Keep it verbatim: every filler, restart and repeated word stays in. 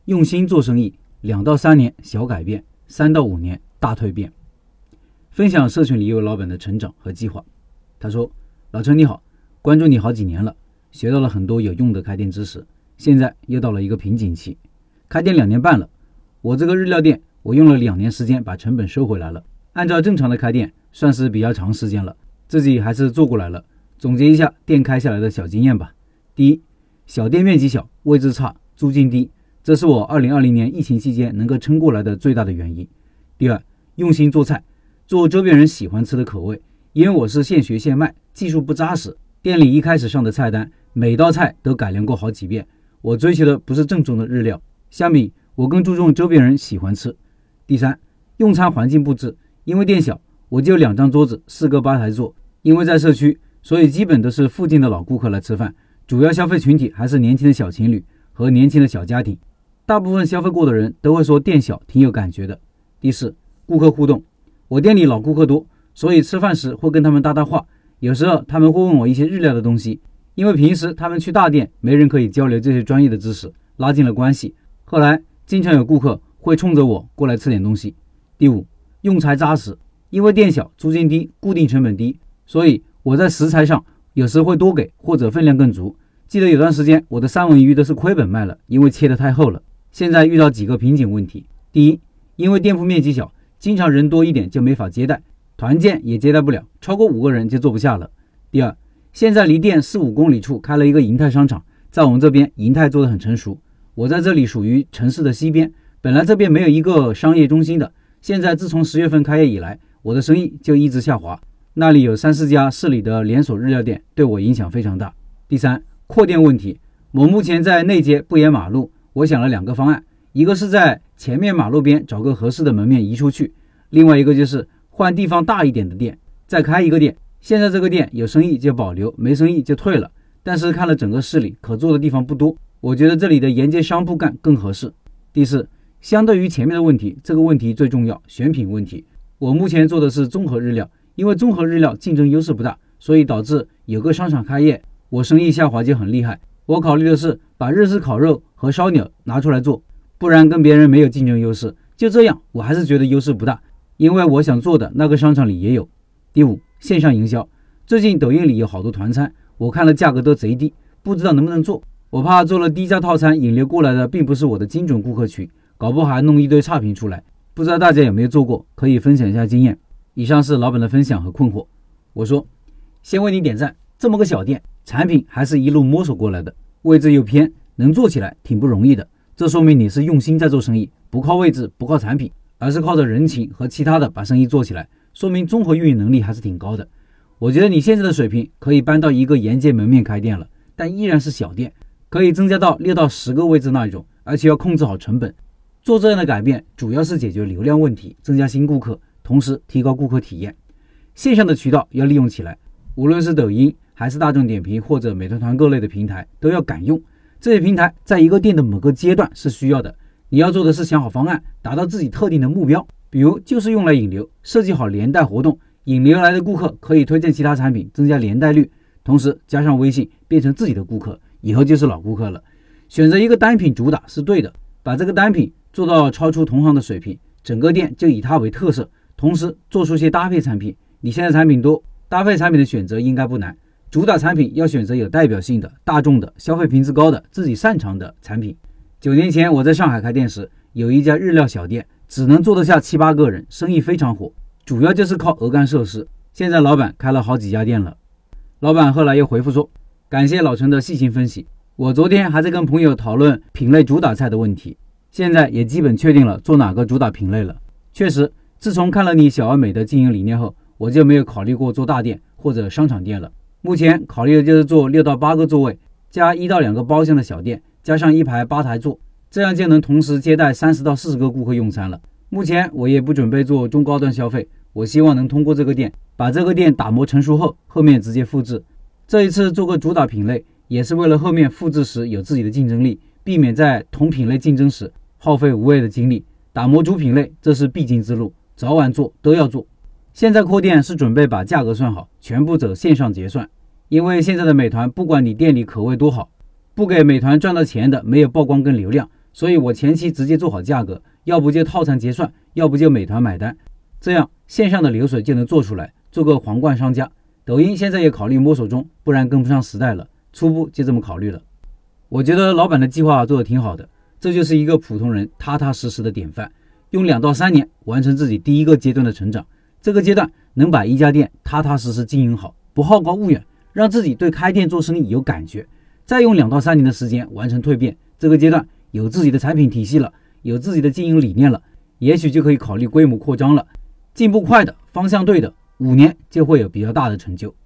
用心做生意，两到三年小改变，三到五年大蜕变。分享社群里一位老板的成长和计划。他说：老陈你好，关注你好几年了，学到了很多有用的开店知识，现在又到了一个瓶颈期。开店两年半了，我这个日料店我用了两年时间把成本收回来了，按照正常的开店算是比较长时间了，自己还是做过来了。总结一下店开下来的小经验吧。第一，小店面积小，位置差，租金低，这是我二零二零年疫情期间能够撑过来的最大的原因。第二，用心做菜，做周边人喜欢吃的口味。因为我是现学现卖，技术不扎实，店里一开始上的菜单每道菜都改良过好几遍。我追求的不是正宗的日料，相比我更注重周边人喜欢吃。第三，用餐环境布置，因为店小，我就两张桌子，四个吧台座。因为在社区，所以基本都是附近的老顾客来吃饭，主要消费群体还是年轻的小情侣和年轻的小家庭。大部分消费过的人都会说店小挺有感觉的。第四，顾客互动，我店里老顾客多，所以吃饭时会跟他们搭搭话，有时候他们会问我一些日料的东西，因为平时他们去大店没人可以交流这些专业的知识，拉近了关系。后来经常有顾客会冲着我过来吃点东西。第五，用材扎实，因为店小，租金低，固定成本低，所以我在食材上有时会多给或者分量更足。记得有段时间我的三文鱼都是亏本卖了，因为切得太厚了。现在遇到几个瓶颈问题。第一，因为店铺面积小，经常人多一点就没法接待，团建也接待不了，超过五个人就坐不下了。第二，现在离店四五公里处开了一个银泰商场，在我们这边银泰做得很成熟，我在这里属于城市的西边，本来这边没有一个商业中心的，现在自从十月份开业以来，我的生意就一直下滑，那里有三四家市里的连锁日料店，对我影响非常大。第三，扩店问题，我目前在内街不沿马路，我想了两个方案，一个是在前面马路边找个合适的门面移出去，另外一个就是换地方大一点的店，再开一个店。现在这个店有生意就保留，没生意就退了，但是看了整个市里可做的地方不多，我觉得这里的沿街商铺干更合适。第四，相对于前面的问题，这个问题最重要，选品问题。我目前做的是综合日料，因为综合日料竞争优势不大，所以导致有个商场开业，我生意下滑就很厉害。我考虑的是把日式烤肉和烧鸟拿出来做，不然跟别人没有竞争优势。就这样，我还是觉得优势不大，因为我想做的那个商场里也有。第五，线上营销，最近抖音里有好多团餐，我看了价格都贼低，不知道能不能做。我怕做了低价套餐，引流过来的并不是我的精准顾客群，搞不好还弄一堆差评出来。不知道大家有没有做过，可以分享一下经验。以上是老板的分享和困惑。我说，先为你点赞，这么个小店，产品还是一路摸索过来的，位置又偏，能做起来挺不容易的。这说明你是用心在做生意，不靠位置，不靠产品，而是靠着人情和其他的把生意做起来，说明综合运营能力还是挺高的。我觉得你现在的水平可以搬到一个沿街门面开店了，但依然是小店，可以增加到六到十个位置那一种，而且要控制好成本。做这样的改变主要是解决流量问题，增加新顾客，同时提高顾客体验。线上的渠道要利用起来，无论是抖音还是大众点评或者美团团购类的平台都要敢用。这些平台在一个店的某个阶段是需要的，你要做的是想好方案，达到自己特定的目标，比如就是用来引流，设计好连带活动，引流来的顾客可以推荐其他产品，增加连带率，同时加上微信变成自己的顾客，以后就是老顾客了。选择一个单品主打是对的，把这个单品做到超出同行的水平，整个店就以它为特色，同时做出些搭配产品。你现在产品多，搭配产品的选择应该不难，主打产品要选择有代表性的、大众的、消费频次高的、自己擅长的产品。九年前我在上海开店时，有一家日料小店，只能坐得下七八个人，生意非常火，主要就是靠鹅肝设施。现在老板开了好几家店了。老板后来又回复说，感谢老陈的细心分析，我昨天还在跟朋友讨论品类主打菜的问题，现在也基本确定了做哪个主打品类了。确实，自从看了你小而美的经营理念后，我就没有考虑过做大店或者商场店了。目前考虑的就是做六到八个座位，加一到两个包厢的小店，加上一排吧台座，这样就能同时接待三十到四十个顾客用餐了。目前我也不准备做中高端消费，我希望能通过这个店把这个店打磨成熟后，后面直接复制。这一次做个主打品类，也是为了后面复制时有自己的竞争力，避免在同品类竞争时耗费无谓的精力。打磨主品类，这是必经之路，早晚做都要做。现在扩店是准备把价格算好，全部走线上结算，因为现在的美团不管你店里口味多好，不给美团赚到钱的没有曝光跟流量， 所以我前期直接做好价格，要不就套餐结算，要不就美团买单，这样线上的流水就能做出来，做个皇冠商家。抖音现在也考虑摸索中，不然跟不上时代了，初步就这么考虑了。我觉得老板的计划做得挺好的，这就是一个普通人踏踏实实的典范，用两到三年完成自己第一个阶段的成长，这个阶段能把一家店踏踏实实经营好，不好高骛远，让自己对开店做生意有感觉，再用两到三年的时间完成蜕变，这个阶段有自己的产品体系了，有自己的经营理念了，也许就可以考虑规模扩张了。进步快的，方向对的，五年就会有比较大的成就。